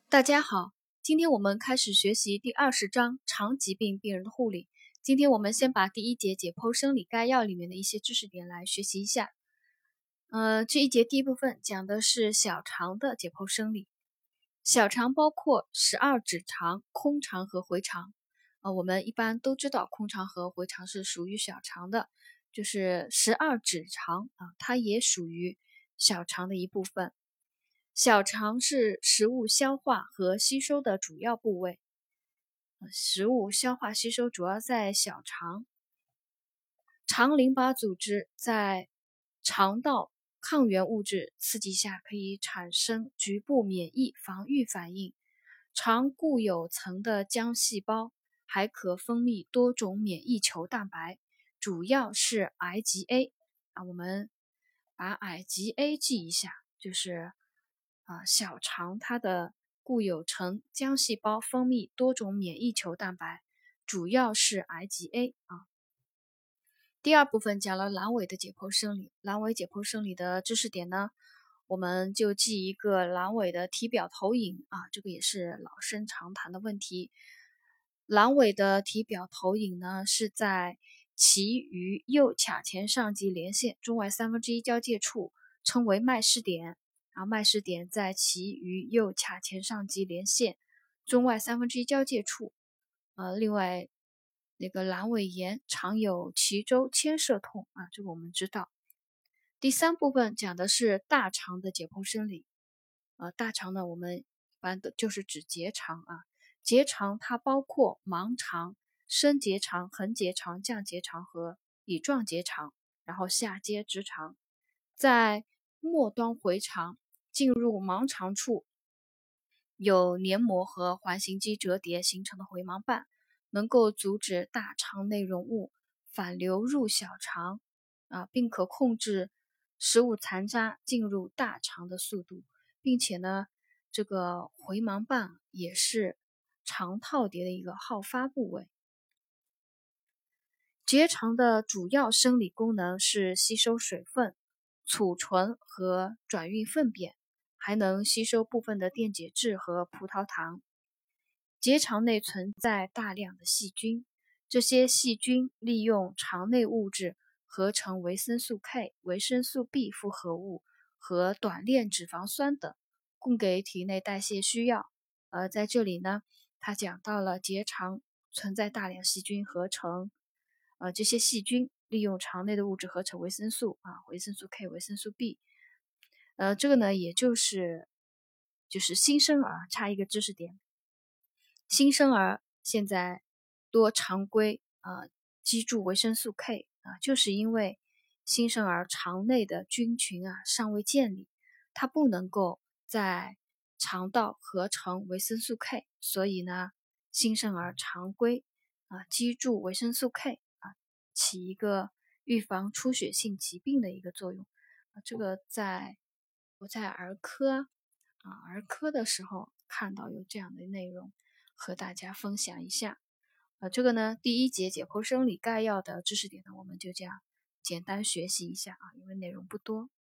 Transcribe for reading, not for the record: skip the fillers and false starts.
大家好，今天我们开始学习第20章肠疾病病人的护理。今天我们先把第一节解剖生理概要里面的一些知识点来学习一下。这一节第一部分讲的是小肠的解剖生理。小肠包括12指肠、空肠和回肠。我们一般都知道空肠和回肠是属于小肠的，就是12指肠它也属于小肠的一部分。小肠是食物消化和吸收的主要部位，食物消化吸收主要在小肠。肠淋巴组织在肠道抗原物质刺激下可以产生局部免疫防御反应。肠固有层的浆细胞还可分泌多种免疫球蛋白，主要是 IgA。我们把 IgA 记一下，就是小肠它的固有层浆细胞分泌多种免疫球蛋白，主要是 IgA。第二部分讲了阑尾的解剖生理。阑尾解剖生理的知识点呢，我们就记一个阑尾的体表投影这个也是老生常谈的问题。阑尾的体表投影呢，是在脐与右髂前上棘连线中外1/3交界处，称为脉试点。脉试点在脐与右髂前上棘连线中外1/3交界处。另外那个阑尾炎常有脐周牵涉痛这个我们知道。第三部分讲的是大肠的解剖生理。大肠呢，我们一般的就是指结肠结肠它包括盲肠、升结肠、横结肠、降结肠和乙状结肠，然后下接直肠。在末端回肠进入盲肠处，有黏膜和环形肌折叠形成的回盲瓣，能够阻止大肠内容物反流入小肠并可控制食物残渣进入大肠的速度，并且呢，这个回盲瓣也是肠套叠的一个好发部位。结肠的主要生理功能是吸收水分、储存和转运粪便，还能吸收部分的电解质和葡萄糖。结肠内存在大量的细菌，这些细菌利用肠内物质合成维生素 K、维生素 B 复合物和短链脂肪酸等，供给体内代谢需要。在这里呢，他讲到了结肠存在大量细菌合成，这些细菌利用肠内的物质合成维生素维生素 K、维生素 B。这个呢，也就是新生儿差一个知识点。新生儿现在多常规肌注维生素 K 就是因为新生儿肠内的菌群尚未建立，它不能够在肠道合成维生素 K， 所以呢，新生儿常规肌注维生素 K 起一个预防出血性疾病的一个作用。这个我在儿科的时候看到有这样的内容，和大家分享一下。这个呢，第一节解剖生理概要的知识点呢，我们就这样简单学习一下因为内容不多。